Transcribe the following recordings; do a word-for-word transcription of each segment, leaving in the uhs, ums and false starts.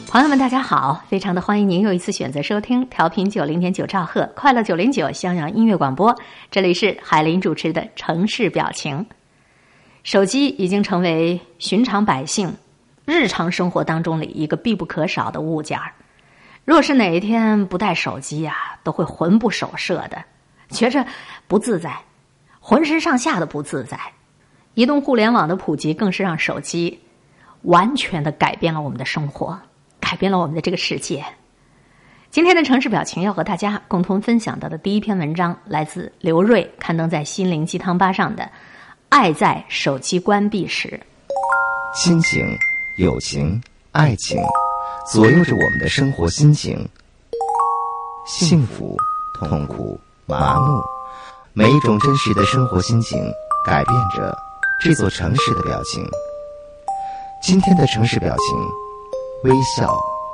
朋友们大家好，非常的欢迎您又一次选择收听调频九零点九兆赫快乐九零九襄阳音乐广播，这里是海林主持的城市表情。手机已经成为寻常百姓日常生活当中里一个必不可少的物件儿。若是哪一天不带手机啊，都会魂不守舍的，觉着不自在，浑身上下的不自在。移动互联网的普及更是让手机完全的改变了我们的生活，改变了我们的这个世界。今天的城市表情要和大家共同分享到的第一篇文章来自刘瑞，刊登在心灵鸡汤吧上的《爱在手机关闭时》。 亲情、友情、爱情左右着我们的生活心情，幸福、痛苦、麻木，每一种真实的生活心情改变着这座城市的表情。今天的城市表情，微笑。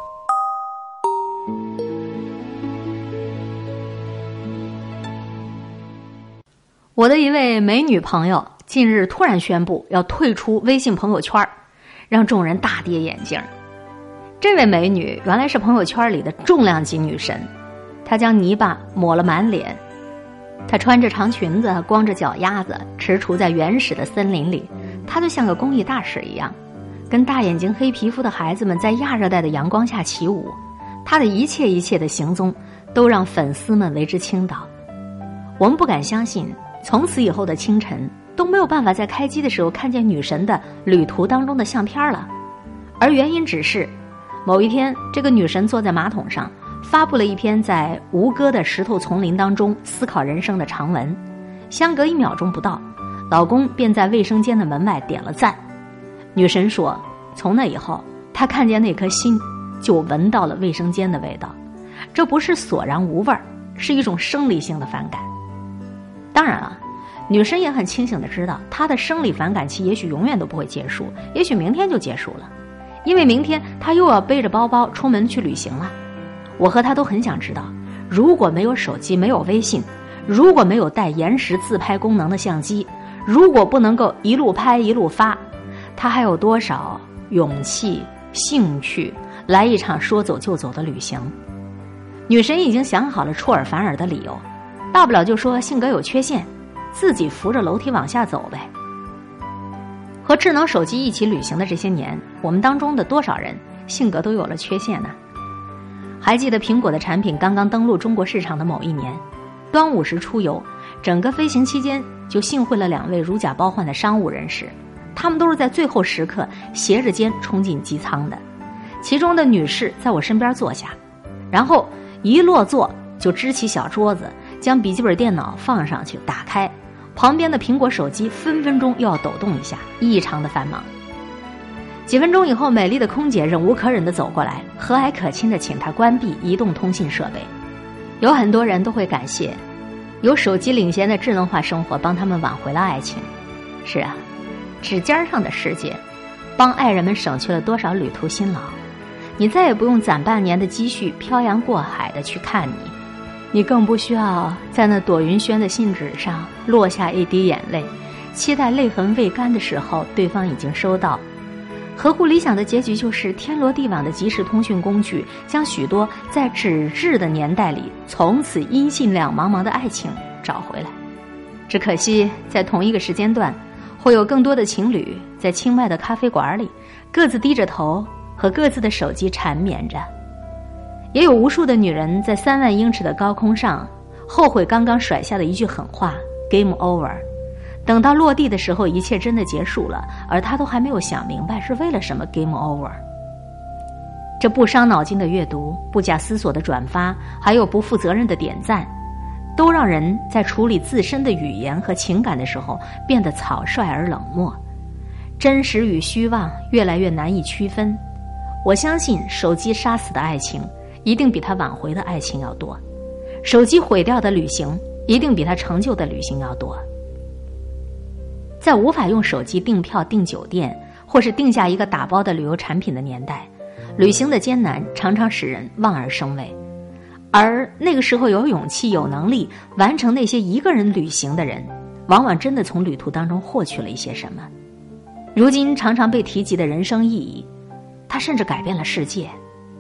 我的一位美女朋友近日突然宣布要退出微信朋友圈，让众人大跌眼镜。这位美女原来是朋友圈里的重量级女神，她将泥巴抹了满脸，她穿着长裙子，光着脚丫子，踟蹰在原始的森林里，她就像个公益大使一样，跟大眼睛黑皮肤的孩子们在亚热带的阳光下起舞。她的一切一切的行踪都让粉丝们为之倾倒。我们不敢相信，从此以后的清晨都没有办法在开机的时候看见女神的旅途当中的相片了。而原因只是某一天，这个女神坐在马桶上发布了一篇在吴哥的石头丛林当中思考人生的长文，相隔一秒钟不到，老公便在卫生间的门外点了赞。女神说，从那以后她看见那颗心就闻到了卫生间的味道，这不是索然无味，是一种生理性的反感。当然了，女神也很清醒地知道，她的生理反感期也许永远都不会结束，也许明天就结束了，因为明天她又要背着包包出门去旅行了。我和她都很想知道，如果没有手机，没有微信，如果没有带延时自拍功能的相机，如果不能够一路拍一路发，她还有多少勇气、兴趣来一场说走就走的旅行？女神已经想好了出尔反尔的理由，大不了就说性格有缺陷，自己扶着楼梯往下走呗。和智能手机一起旅行的这些年，我们当中的多少人性格都有了缺陷呢？还记得苹果的产品刚刚登陆中国市场的某一年，端午时出游，整个飞行期间就幸会了两位如假包换的商务人士，他们都是在最后时刻斜着肩冲进机舱的。其中的女士在我身边坐下，然后一落座就支起小桌子，将笔记本电脑放上去打开，旁边的苹果手机分分钟又要抖动一下，异常的繁忙。几分钟以后，美丽的空姐忍无可忍地走过来，和蔼可亲地请她关闭移动通信设备。有很多人都会感谢有手机领先的智能化生活帮他们挽回了爱情。是啊，指尖上的世界帮爱人们省去了多少旅途辛劳，你再也不用攒半年的积蓄漂洋过海的去看你，你更不需要在那朵云轩的信纸上落下一滴眼泪，期待泪痕未干的时候对方已经收到。合乎理想的结局就是天罗地网的即时通讯工具将许多在纸质的年代里从此音信两茫茫的爱情找回来。只可惜在同一个时间段，会有更多的情侣在清迈的咖啡馆里各自低着头和各自的手机缠绵着，也有无数的女人在三万英尺的高空上后悔刚刚甩下的一句狠话 Game over， 等到落地的时候一切真的结束了，而她都还没有想明白是为了什么 Game over。 这不伤脑筋的阅读，不假思索的转发，还有不负责任的点赞，都让人在处理自身的语言和情感的时候变得草率而冷漠，真实与虚妄越来越难以区分。我相信手机杀死的爱情一定比它挽回的爱情要多，手机毁掉的旅行一定比它成就的旅行要多。在无法用手机订票订酒店，或是定下一个打包的旅游产品的年代，旅行的艰难常常使人望而生畏，而那个时候有勇气有能力完成那些一个人旅行的人，往往真的从旅途当中获取了一些什么。如今常常被提及的人生意义，它甚至改变了世界，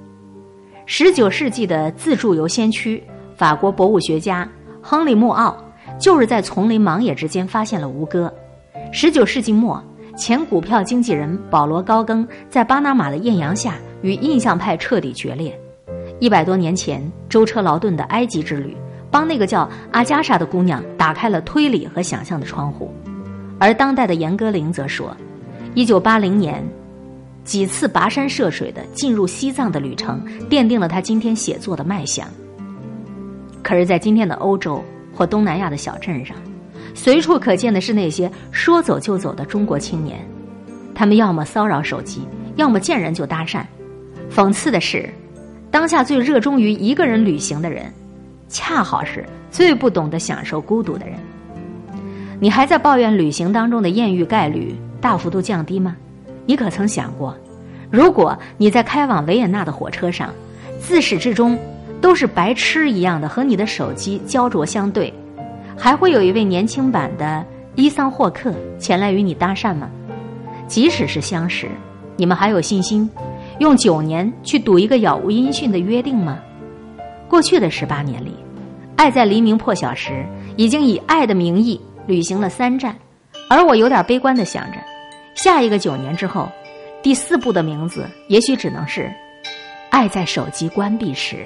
十九世纪的自助游先驱法国博物学家亨利·穆奥就是在丛林盲野之间发现了吴哥。十九世纪末，前股票经纪人保罗·高更在巴拿马的艳阳下与印象派彻底决裂。一百多年前，舟车劳顿的埃及之旅帮那个叫阿加莎的姑娘打开了推理和想象的窗户。而当代的严歌苓则说，一九八零年几次跋山涉水的进入西藏的旅程奠定了他今天写作的脉象。可是在今天的欧洲或东南亚的小镇上，随处可见的是那些说走就走的中国青年，他们要么骚扰手机，要么见人就搭讪。讽刺的是，当下最热衷于一个人旅行的人，恰好是最不懂得享受孤独的人。你还在抱怨旅行当中的艳遇概率大幅度降低吗？你可曾想过，如果你在开往维也纳的火车上，自始至终都是白痴一样的和你的手机焦灼相对，还会有一位年轻版的伊桑霍克前来与你搭讪吗？即使是相识，你们还有信心用九年去赌一个杳无音讯的约定吗？过去的十八年里，爱在黎明破晓时已经以爱的名义旅行了三站，而我有点悲观地想着，下一个九年之后，第四部的名字也许只能是爱在手机关闭时。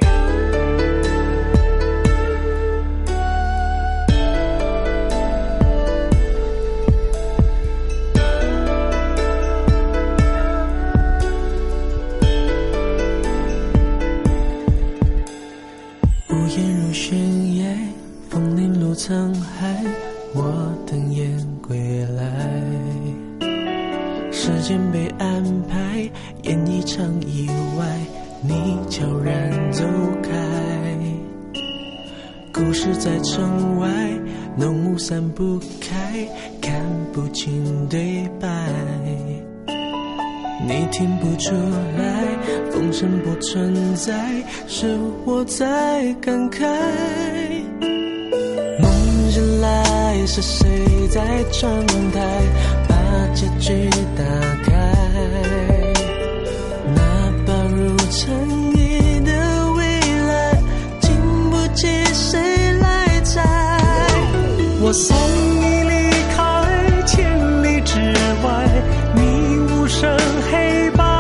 无言如悬崖，风铃落沧海，我等雁归来。时间被安排，演一场意外，你悄然走开。故事在城外，浓雾散不开，看不清对白。你听不出来，风声不存在，是我在感慨。梦醒来，是谁在窗台把结局打开？那把如尘埃的未来，经不起谁来猜。我送你离开千里之外，你无声黑白，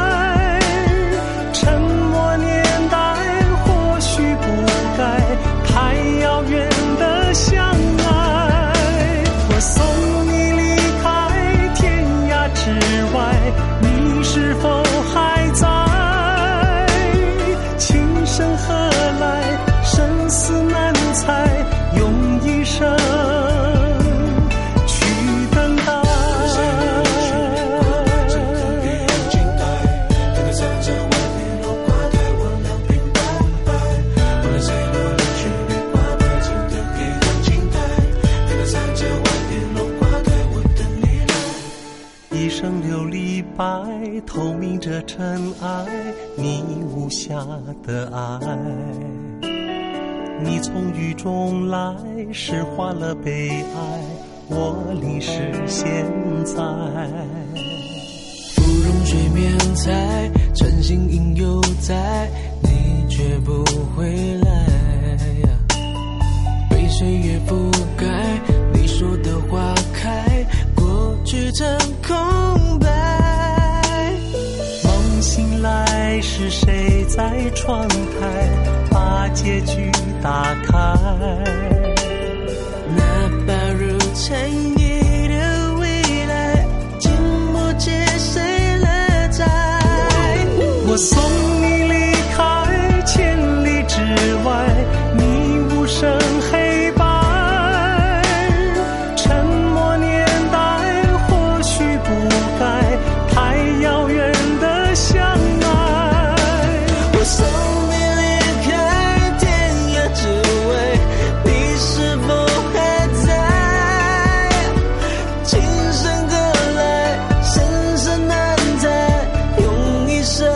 沉默年代或许不该太遥远的相爱。我送你离开天涯之外，你是否还在？情深何来，生死难猜，用一生去等待。一生琉璃白，透明着尘埃，你无瑕的爱。你从雨中来，诗化了悲哀，我淋湿现在。芙蓉水面采，晨星影犹在，你却不回来。被岁月覆盖，你说的花开，过去成空白。梦醒来，是谁在窗台把结局打开？那把如尘埃的未来，经不起谁来摘。我送你离开千里之外，你无声黑白，沉默年代或许不该太遥远的相爱。我送你离开天涯之外，你是否还在？情深何来，生死难猜，用一生。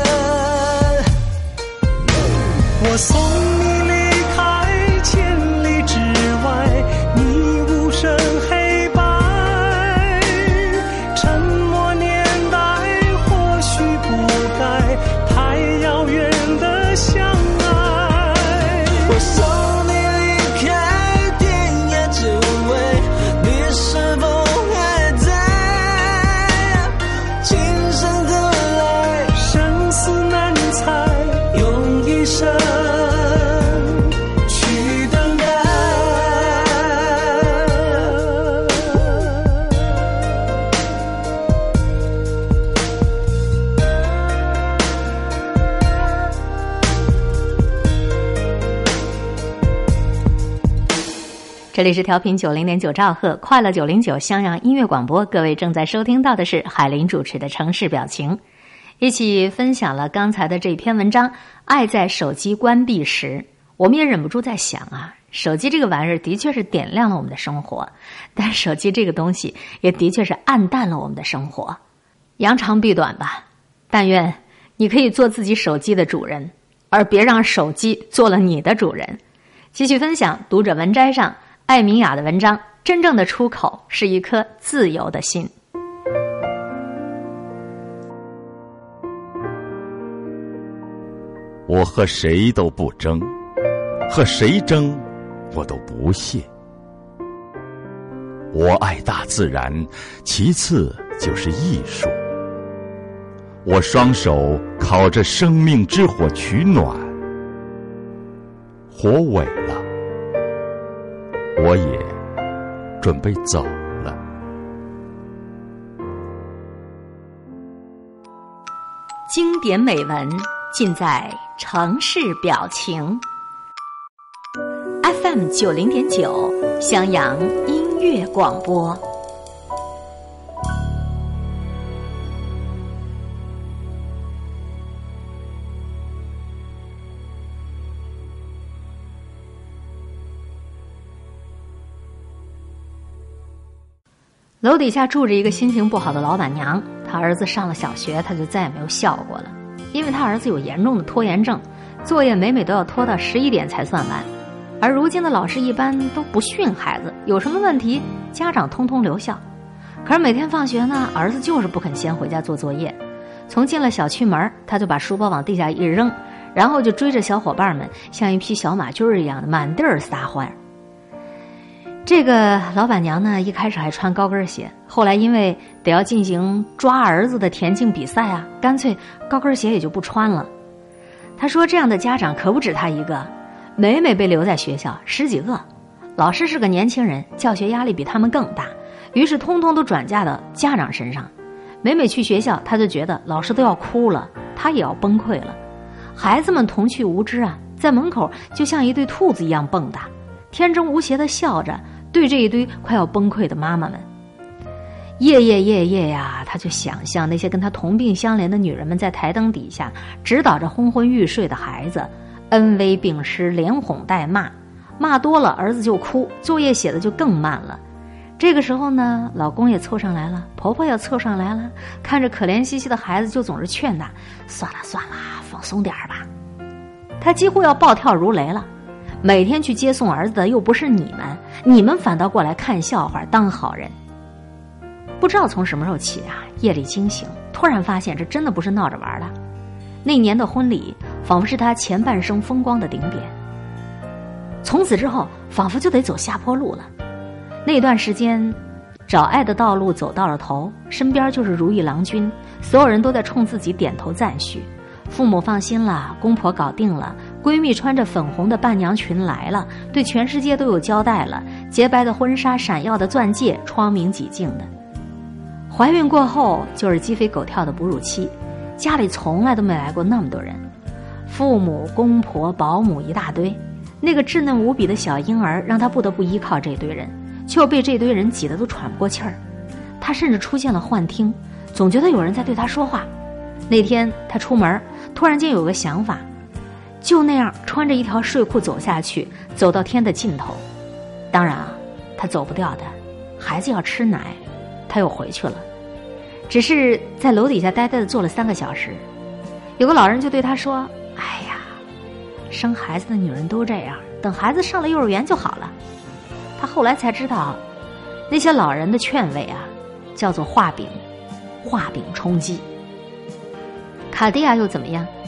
我送你离开千里之外，你无声黑白，沉默年代或许不该太遥远的的相爱。我送你离开天涯之外，你是否还在？今生何来？生死难猜，用一生去等待。 这里是调频九零点九兆赫快乐九零九襄阳音乐广播，各位正在收听到的是海林主持的城市表情，一起分享了刚才的这篇文章《爱在手机关闭时》。我们也忍不住在想啊，手机这个玩意儿的确是点亮了我们的生活，但手机这个东西也的确是暗淡了我们的生活。扬长避短吧，但愿你可以做自己手机的主人，而别让手机做了你的主人。继续分享读者文摘上艾米雅的文章，真正的出口是一颗自由的心。 我和谁都不争，和谁争我都不屑。我爱大自然，其次就是艺术。我双手烤着生命之火取暖，火萎了，我也准备走了。 经典美文尽在城市表情。 F M 九零点九襄阳音乐广播。楼底下住着一个心情不好的老板娘，她儿子上了小学，她就再也没有笑过了，因为她儿子有严重的拖延症，作业每每都要拖到十一点才算完。而如今的老师一般都不训孩子，有什么问题家长通通留校。可是每天放学呢，儿子就是不肯先回家做作业，从进了小区门，他就把书包往地下一扔，然后就追着小伙伴们像一匹小马驹一样的满地儿撒欢。这个老板娘呢，一开始还穿高跟鞋，后来因为得要进行抓儿子的田径比赛啊，干脆高跟鞋也就不穿了。她说这样的家长可不止她一个，每每被留在学校十几个。老师是个年轻人，教学压力比他们更大，于是通通都转嫁到家长身上。每每去学校，他就觉得老师都要哭了，他也要崩溃了。孩子们童趣无知啊，在门口就像一对兔子一样蹦跶，天真无邪地笑着，对这一堆快要崩溃的妈妈们。夜夜夜夜呀，他就想象那些跟他同病相怜的女人们在台灯底下指导着昏昏欲睡的孩子，恩威并施，连哄带骂，骂多了儿子就哭，作业写的就更慢了。这个时候呢，老公也凑上来了，婆婆也凑上来了，看着可怜兮兮的孩子，就总是劝他算了算了，放松点吧。他几乎要暴跳如雷了。每天去接送儿子的又不是你们，你们反倒过来看笑话当好人。不知道从什么时候起啊，夜里惊醒，突然发现这真的不是闹着玩的。那年的婚礼仿佛是他前半生风光的顶点，从此之后仿佛就得走下坡路了。那段时间找爱的道路走到了头，身边就是如意郎君，所有人都在冲自己点头赞许。父母放心了，公婆搞定了，闺蜜穿着粉红的伴娘裙来了，对全世界都有交代了，洁白的婚纱，闪耀的钻戒，窗明几净的。怀孕过后就是鸡飞狗跳的哺乳期，家里从来都没来过那么多人，父母、公婆、保姆一大堆。那个稚嫩无比的小婴儿让她不得不依靠这堆人，却又被这堆人挤得都喘不过气儿。她甚至出现了幻听，总觉得有人在对她说话。那天她出门，突然间有个想法，就那样穿着一条睡裤走下去，走到天的尽头。当然啊，她走不掉的，孩子要吃奶，她又回去了。只是在楼底下呆呆地坐了三个小时，有个老人就对她说：哎呀，生孩子的女人都这样，等孩子上了幼儿园就好了。她后来才知道，那些老人的劝慰啊，叫做画饼，画饼充饥。卡地亚又怎么样？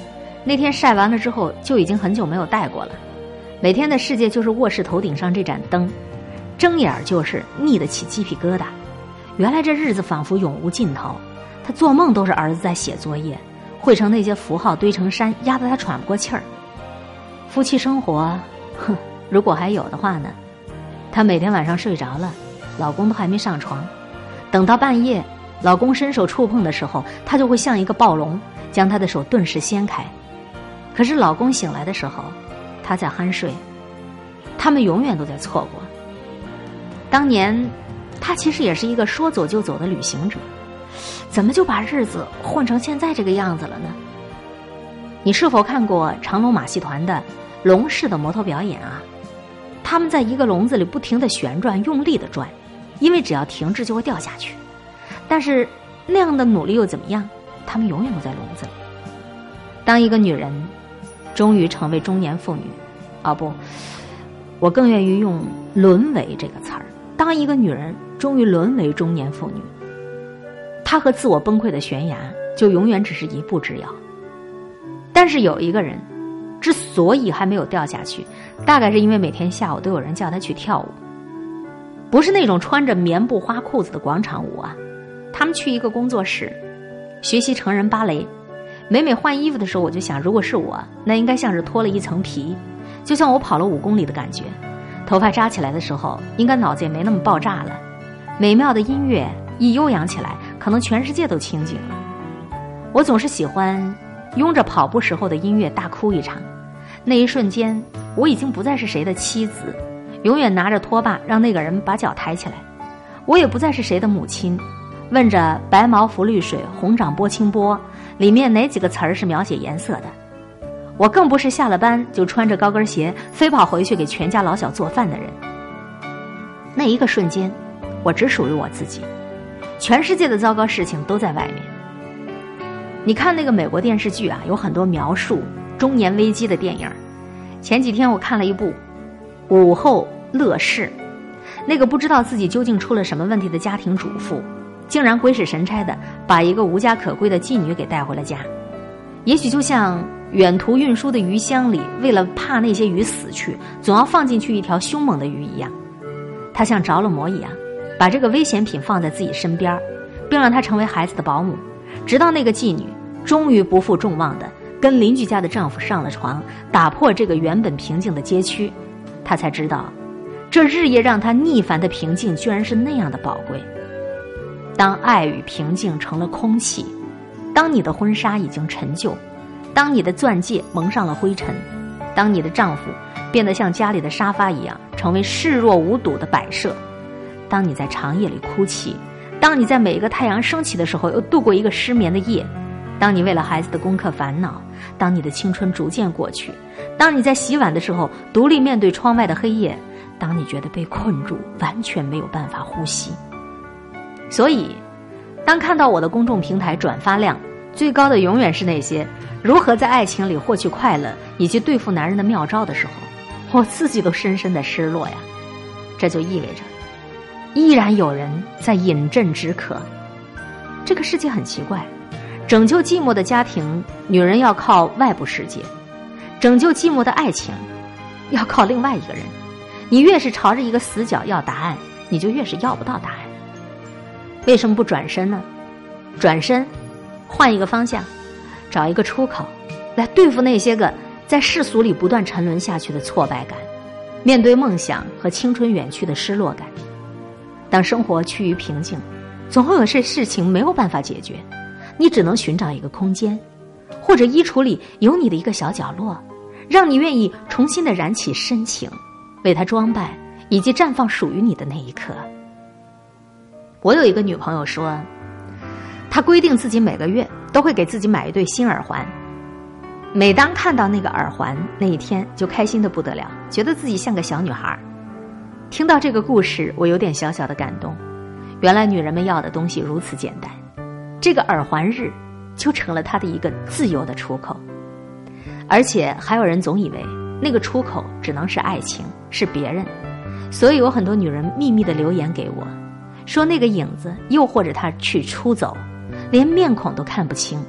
那天晒完了之后，就已经很久没有戴过了。每天的世界就是卧室头顶上这盏灯，睁眼就是腻得起鸡皮疙瘩。原来这日子仿佛永无尽头，他做梦都是儿子在写作业，汇成那些符号堆成山，压得他喘不过气儿。夫妻生活，哼，如果还有的话呢？他每天晚上睡着了，老公都还没上床，等到半夜，老公伸手触碰的时候，他就会像一个暴龙，将他的手顿时掀开。可是老公醒来的时候，他在酣睡，他们永远都在错过。当年他其实也是一个说走就走的旅行者，怎么就把日子混成现在这个样子了呢？你是否看过长隆马戏团的龙式的摩托表演啊？他们在一个笼子里不停地旋转，用力地转，因为只要停滞就会掉下去。但是那样的努力又怎么样？他们永远都在笼子里。当一个女人终于成为中年妇女，啊不，我更愿意用沦为这个词儿。当一个女人终于沦为中年妇女，她和自我崩溃的悬崖就永远只是一步之遥。但是有一个人之所以还没有掉下去，大概是因为每天下午都有人叫她去跳舞，不是那种穿着棉布花裤子的广场舞啊，他们去一个工作室学习成人芭蕾。每每换衣服的时候，我就想，如果是我，那应该像是脱了一层皮，就像我跑了五公里的感觉。头发扎起来的时候，应该脑子也没那么爆炸了。美妙的音乐一悠扬起来，可能全世界都清静了。我总是喜欢拥着跑步时候的音乐大哭一场。那一瞬间，我已经不再是谁的妻子，永远拿着拖把让那个人把脚抬起来。我也不再是谁的母亲，问着白毛浮绿水，红掌拨清波里面哪几个词儿是描写颜色的。我更不是下了班就穿着高跟鞋飞跑回去给全家老小做饭的人。那一个瞬间，我只属于我自己，全世界的糟糕事情都在外面。你看那个美国电视剧啊，有很多描述中年危机的电影。前几天我看了一部《午后乐事》，那个不知道自己究竟出了什么问题的家庭主妇，竟然鬼使神差的把一个无家可归的妓女给带回了家。也许就像远途运输的鱼箱里，为了怕那些鱼死去，总要放进去一条凶猛的鱼一样，他像着了魔一样，把这个危险品放在自己身边，并让他成为孩子的保姆，直到那个妓女终于不负众望的跟邻居家的丈夫上了床，打破这个原本平静的街区，他才知道，这日夜让他逆反的平静居然是那样的宝贵。当爱与平静成了空气，当你的婚纱已经陈旧，当你的钻戒蒙上了灰尘，当你的丈夫变得像家里的沙发一样成为视若无睹的摆设，当你在长夜里哭泣，当你在每一个太阳升起的时候又度过一个失眠的夜，当你为了孩子的功课烦恼，当你的青春逐渐过去，当你在洗碗的时候独立面对窗外的黑夜，当你觉得被困住，完全没有办法呼吸。所以当看到我的公众平台转发量最高的永远是那些如何在爱情里获取快乐以及对付男人的妙招的时候，我自己都深深的失落呀。这就意味着依然有人在饮鸩止渴。这个世界很奇怪，拯救寂寞的家庭，女人要靠外部世界；拯救寂寞的爱情，要靠另外一个人。你越是朝着一个死角要答案，你就越是要不到答案。为什么不转身呢？转身，换一个方向，找一个出口，来对付那些个在世俗里不断沉沦下去的挫败感，面对梦想和青春远去的失落感。当生活趋于平静，总会有些事情没有办法解决，你只能寻找一个空间，或者衣橱里有你的一个小角落，让你愿意重新的燃起深情，为它装扮以及绽放属于你的那一刻。我有一个女朋友说，她规定自己每个月都会给自己买一对新耳环，每当看到那个耳环那一天就开心得不得了，觉得自己像个小女孩。听到这个故事，我有点小小的感动，原来女人们要的东西如此简单，这个耳环日就成了她的一个自由的出口。而且还有人总以为那个出口只能是爱情，是别人，所以有很多女人秘密的留言给我，说那个影子诱惑着她去出走，连面孔都看不清，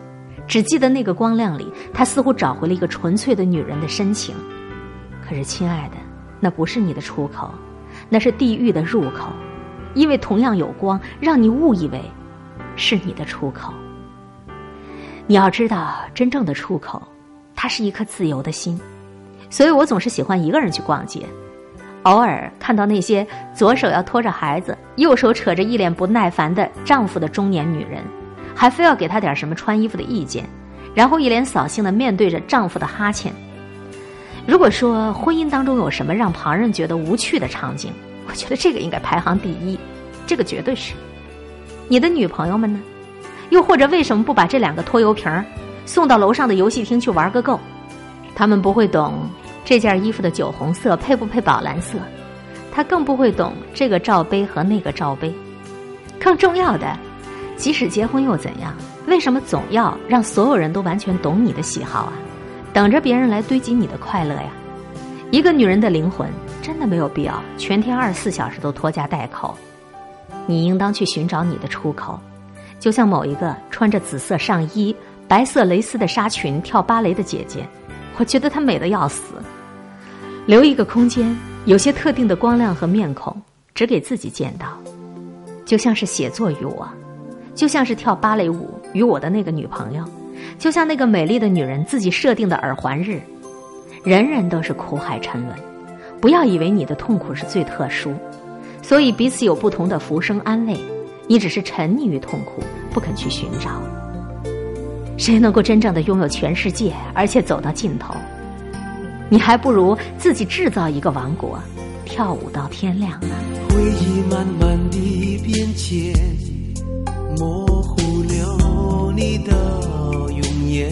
只记得那个光亮里，他似乎找回了一个纯粹的女人的深情。可是亲爱的，那不是你的出口，那是地狱的入口，因为同样有光，让你误以为是你的出口。你要知道，真正的出口，它是一颗自由的心。所以我总是喜欢一个人去逛街，偶尔看到那些左手要拖着孩子，右手扯着一脸不耐烦的丈夫的中年女人，还非要给他点什么穿衣服的意见，然后一脸扫兴地面对着丈夫的哈欠。如果说婚姻当中有什么让旁人觉得无趣的场景，我觉得这个应该排行第一，这个绝对是。你的女朋友们呢？又或者为什么不把这两个拖油瓶送到楼上的游戏厅去玩个够？他们不会懂这件衣服的酒红色配不配宝蓝色，他更不会懂这个罩杯和那个罩杯。更重要的，即使结婚又怎样？为什么总要让所有人都完全懂你的喜好啊？等着别人来堆积你的快乐呀？一个女人的灵魂真的没有必要全天二十四小时都拖家带口，你应当去寻找你的出口。就像某一个穿着紫色上衣、白色蕾丝的纱裙跳芭蕾的姐姐，我觉得她美得要死。留一个空间，有些特定的光亮和面孔，只给自己见到。就像是写作与我，就像是跳芭蕾舞与我的那个女朋友，就像那个美丽的女人自己设定的耳环日。人人都是苦海沉沦，不要以为你的痛苦是最特殊，所以彼此有不同的浮生安慰，你只是沉溺于痛苦，不肯去寻找。谁能够真正的拥有全世界，而且走到尽头？你还不如自己制造一个王国，跳舞到天亮呢。 回忆慢慢地变迁，模糊了你的容颜。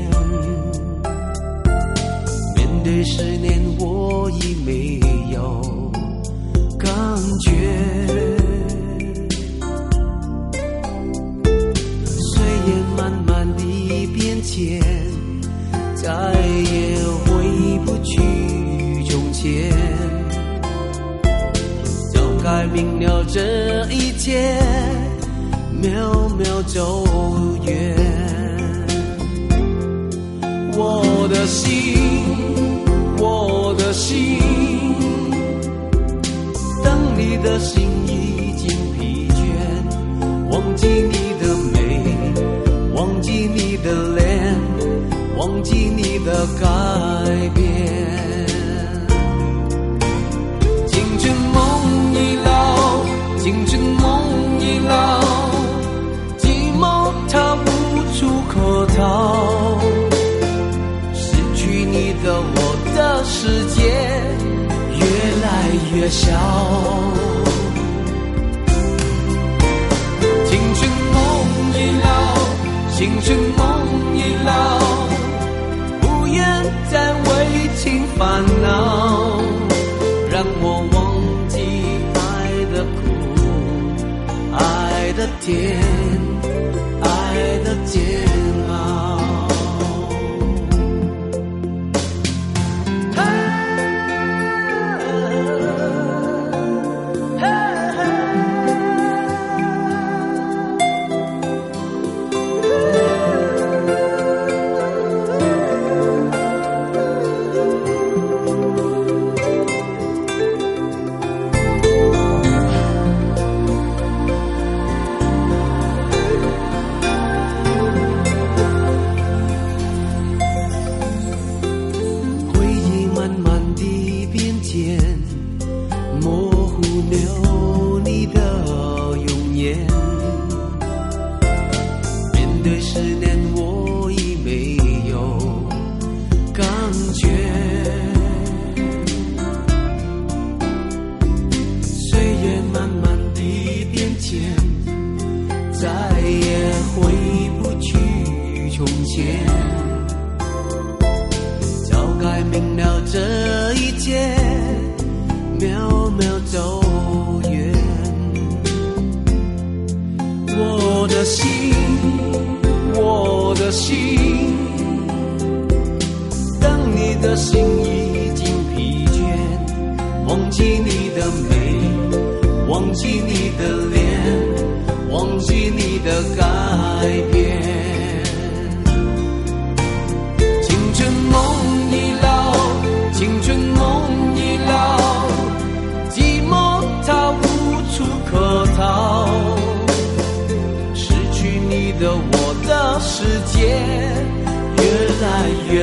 面对十年，我已没有感觉。岁月慢慢地变迁，再也回不去从前。早该明了这一切，渺渺走远。我的心，我的心，当你的心已经疲倦，忘记你的美，忘记你的脸，忘记你的改变。青春梦已老，青春梦已老，寂寞它无处可逃。失去你的我的世界越来越小。青春梦已老，青春梦已老，不愿再为情烦恼，让我忘记爱的苦，爱的甜，爱的煎熬。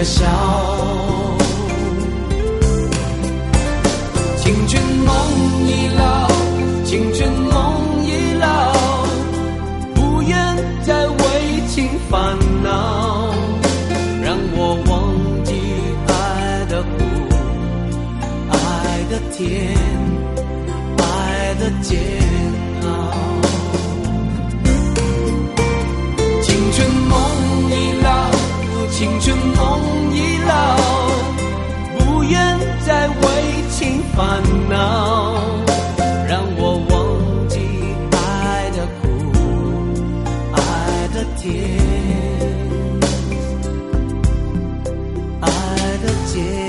的笑。青春梦已老，青春梦已老，不愿再为情烦恼，让我忘记爱的苦，爱的甜，爱的煎熬。青春梦已老，青春梦已老，不愿再为情烦恼，让我忘记爱的苦，爱的甜，爱的煎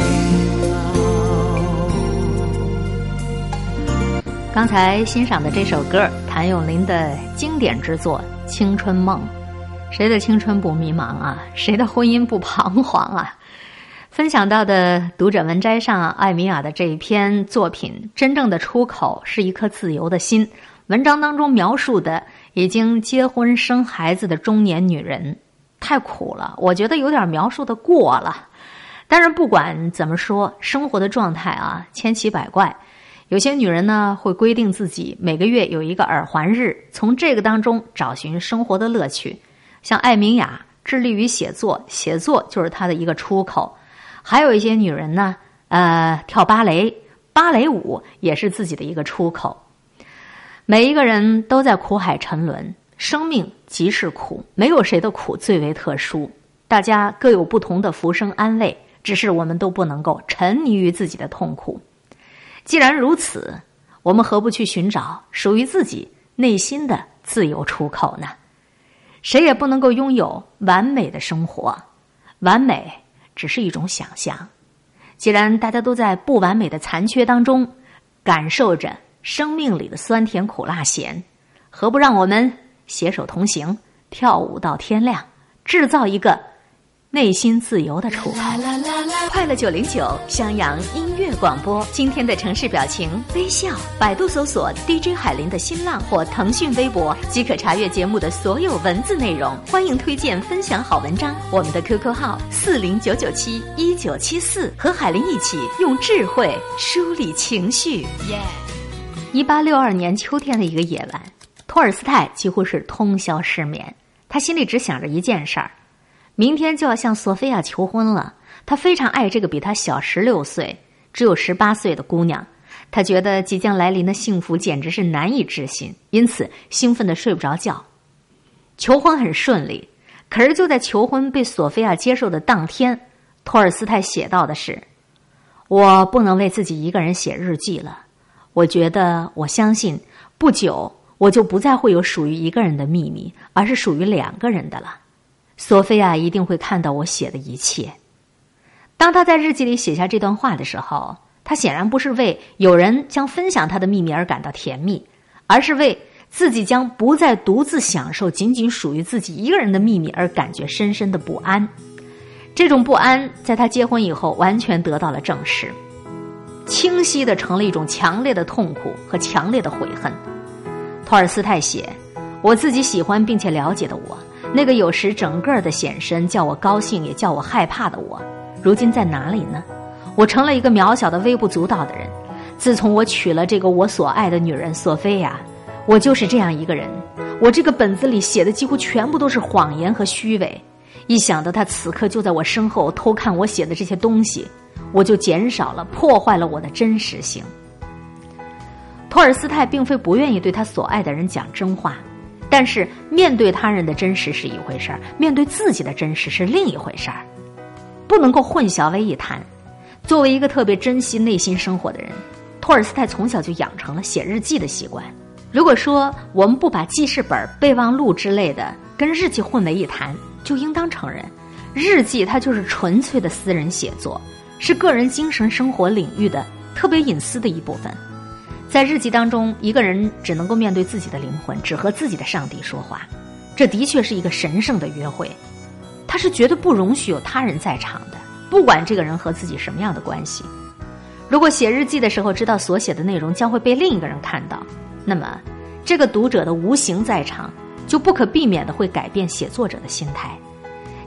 熬。 刚才欣赏的这首歌，谭咏麟的经典之作《青春梦》。谁的青春不迷茫啊？谁的婚姻不彷徨啊？分享到的读者文摘上，艾米亚的这一篇作品《真正的出口是一颗自由的心》，文章当中描述的已经结婚生孩子的中年女人，太苦了，我觉得有点描述的过了。但是不管怎么说，生活的状态啊千奇百怪，有些女人呢会规定自己每个月有一个耳环日，从这个当中找寻生活的乐趣。像艾明雅致力于写作，写作就是她的一个出口。还有一些女人呢，呃，跳芭蕾，芭蕾舞也是自己的一个出口。每一个人都在苦海沉沦，生命即是苦，没有谁的苦最为特殊，大家各有不同的浮生安慰，只是我们都不能够沉溺于自己的痛苦。既然如此，我们何不去寻找属于自己内心的自由出口呢？谁也不能够拥有完美的生活，完美只是一种想象。既然大家都在不完美的残缺当中感受着生命里的酸甜苦辣咸，何不让我们携手同行，跳舞到天亮，制造一个内心自由的出口。快乐九零九襄阳音乐广播，今天的城市表情微笑，百度搜索 D J 海林的新浪或腾讯微博即可查阅节目的所有文字内容。欢迎推荐分享好文章，我们的 Q Q 号四零九九七一九七四，和海林一起用智慧梳理情绪。一八六二年秋天的一个夜晚，托尔斯泰几乎是通宵失眠，他心里只想着一件事儿，明天就要向索菲亚求婚了。他非常爱这个比他小十六岁、只有十八岁的姑娘，他觉得即将来临的幸福简直是难以置信，因此兴奋得睡不着觉。求婚很顺利，可是就在求婚被索菲亚接受的当天，托尔斯泰写到的是：我不能为自己一个人写日记了，我觉得我相信不久我就不再会有属于一个人的秘密，而是属于两个人的了。索菲亚一定会看到我写的一切。当他在日记里写下这段话的时候，他显然不是为有人将分享他的秘密而感到甜蜜，而是为自己将不再独自享受仅仅属于自己一个人的秘密而感觉深深的不安。这种不安在他结婚以后完全得到了证实，清晰地成了一种强烈的痛苦和强烈的悔恨。托尔斯泰写：我自己喜欢并且了解的我，那个有时整个的显身叫我高兴也叫我害怕的我，如今在哪里呢？我成了一个渺小的微不足道的人。自从我娶了这个我所爱的女人索菲亚，我就是这样一个人。我这个本子里写的几乎全部都是谎言和虚伪，一想到他此刻就在我身后偷看我写的这些东西，我就减少了破坏了我的真实性。托尔斯泰并非不愿意对他所爱的人讲真话，但是面对他人的真实是一回事儿，面对自己的真实是另一回事儿，不能够混淆为一谈。作为一个特别珍惜内心生活的人，托尔斯泰从小就养成了写日记的习惯。如果说我们不把记事本、备忘录之类的跟日记混为一谈，就应当承认，日记它就是纯粹的私人写作，是个人精神生活领域的特别隐私的一部分。在日记当中，一个人只能够面对自己的灵魂，只和自己的上帝说话，这的确是一个神圣的约会，它是绝对不容许有他人在场的，不管这个人和自己什么样的关系。如果写日记的时候知道所写的内容将会被另一个人看到，那么这个读者的无形在场就不可避免的会改变写作者的心态。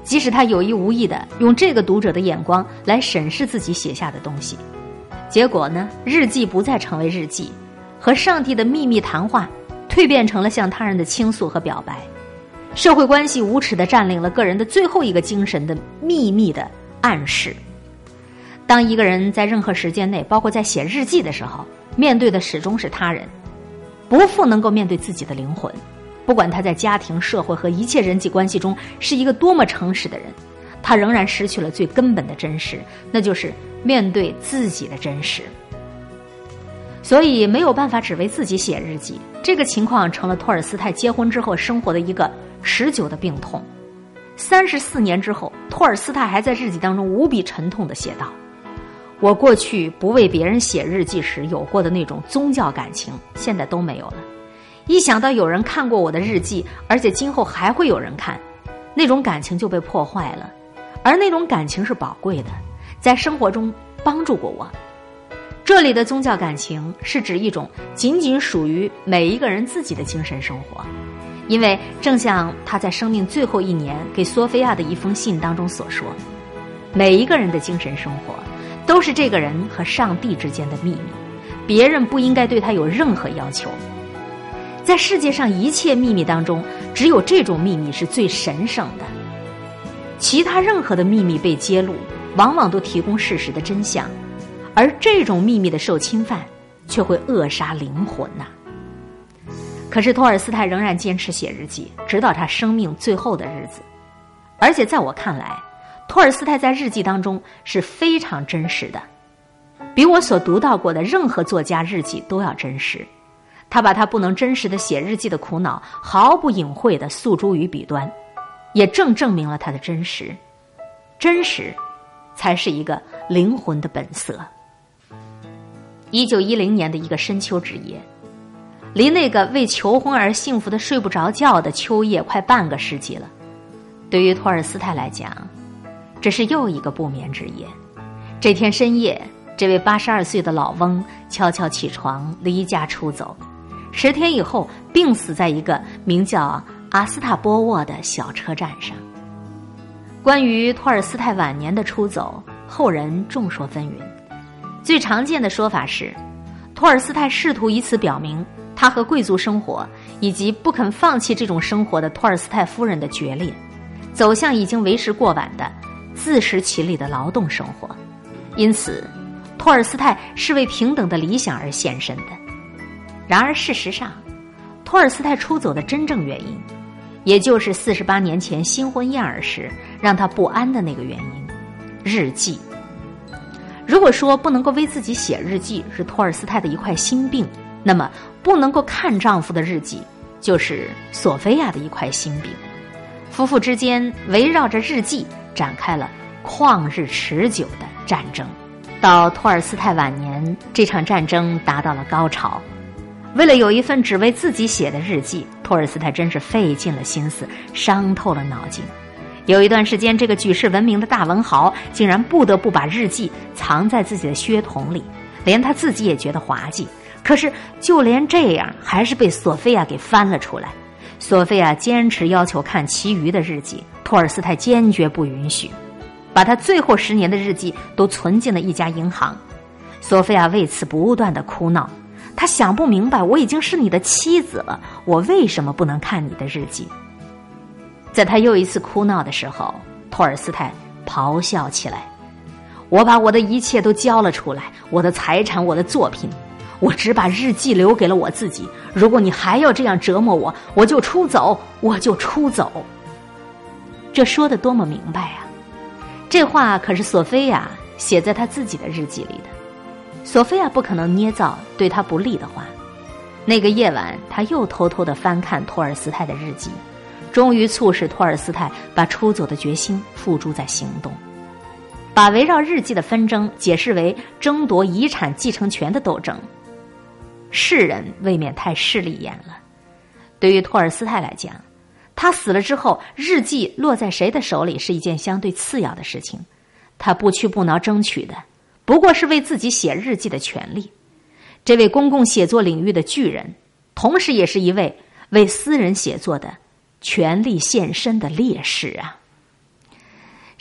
即使他有意无意的用这个读者的眼光来审视自己写下的东西，结果呢，日记不再成为日记，和上帝的秘密谈话蜕变成了向他人的倾诉和表白。社会关系无耻地占领了个人的最后一个精神的秘密的暗示。当一个人在任何时间内，包括在写日记的时候，面对的始终是他人，不复能够面对自己的灵魂。不管他在家庭、社会和一切人际关系中是一个多么诚实的人，他仍然失去了最根本的真实，那就是面对自己的真实。所以没有办法只为自己写日记，这个情况成了托尔斯泰结婚之后生活的一个持久的病痛。三十四年之后，托尔斯泰还在日记当中无比沉痛地写道：我过去不为别人写日记时有过的那种宗教感情，现在都没有了。一想到有人看过我的日记，而且今后还会有人看，那种感情就被破坏了。而那种感情是宝贵的，在生活中帮助过我。这里的宗教感情是指一种仅仅属于每一个人自己的精神生活，因为正像他在生命最后一年给索菲亚的一封信当中所说，每一个人的精神生活都是这个人和上帝之间的秘密，别人不应该对他有任何要求。在世界上一切秘密当中，只有这种秘密是最神圣的，其他任何的秘密被揭露，往往都提供事实的真相，而这种秘密的受侵犯却会扼杀灵魂呐、啊。可是托尔斯泰仍然坚持写日记，直到他生命最后的日子。而且在我看来，托尔斯泰在日记当中是非常真实的，比我所读到过的任何作家日记都要真实。他把他不能真实的写日记的苦恼毫不隐晦地诉诸于笔端，也正证明了他的真实。真实才是一个灵魂的本色。一九一零年的一个深秋之夜，离那个为求婚而幸福的睡不着觉的秋夜快半个世纪了。对于托尔斯泰来讲，这是又一个不眠之夜。这天深夜，这位八十二岁的老翁悄悄起床，离家出走。十天以后，病死在一个名叫阿斯塔波沃的小车站上。关于托尔斯泰晚年的出走，后人众说纷纭。最常见的说法是，托尔斯泰试图以此表明他和贵族生活以及不肯放弃这种生活的托尔斯泰夫人的决裂，走向已经为时过晚的自食其力的劳动生活。因此，托尔斯泰是为平等的理想而献身的。然而事实上，托尔斯泰出走的真正原因，也就是四十八年前新婚燕尔时让他不安的那个原因——日记。如果说不能够为自己写日记是托尔斯泰的一块心病，那么不能够看丈夫的日记就是索菲亚的一块心病。夫妇之间围绕着日记展开了旷日持久的战争。到托尔斯泰晚年，这场战争达到了高潮。为了有一份只为自己写的日记，托尔斯泰真是费尽了心思，伤透了脑筋。有一段时间，这个举世闻名的大文豪竟然不得不把日记藏在自己的靴筒里，连他自己也觉得滑稽。可是就连这样，还是被索菲亚给翻了出来。索菲亚坚持要求看其余的日记，托尔斯泰坚决不允许，把他最后十年的日记都存进了一家银行。索菲亚为此不断的哭闹，她想不明白，我已经是你的妻子了，我为什么不能看你的日记？在他又一次哭闹的时候，托尔斯泰咆哮起来：我把我的一切都交了出来，我的财产，我的作品，我只把日记留给了我自己。如果你还要这样折磨我，我就出走，我就出走。这说得多么明白啊！这话可是索菲亚写在他自己的日记里的。索菲亚不可能捏造对他不利的话。那个夜晚，他又偷偷地翻看托尔斯泰的日记，终于促使托尔斯泰把出走的决心付诸在行动，把围绕日记的纷争解释为争夺遗产继承权的斗争。世人未免太势利眼了。对于托尔斯泰来讲，他死了之后，日记落在谁的手里是一件相对次要的事情，他不屈不挠争取的不过是为自己写日记的权利。这位公共写作领域的巨人，同时也是一位为私人写作的全力献身的烈士啊！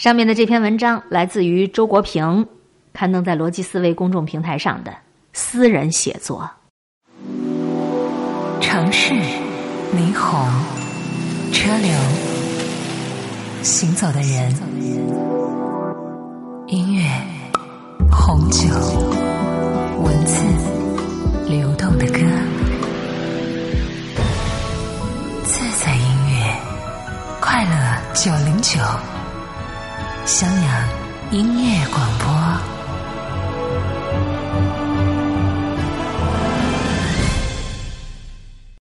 上面的这篇文章来自于周国平，刊登在逻辑思维公众平台上的私人写作。 城市霓虹，车流，行走的人，音乐，红酒，文字，流动的歌，自在音乐，快乐九零九，襄阳音乐广播。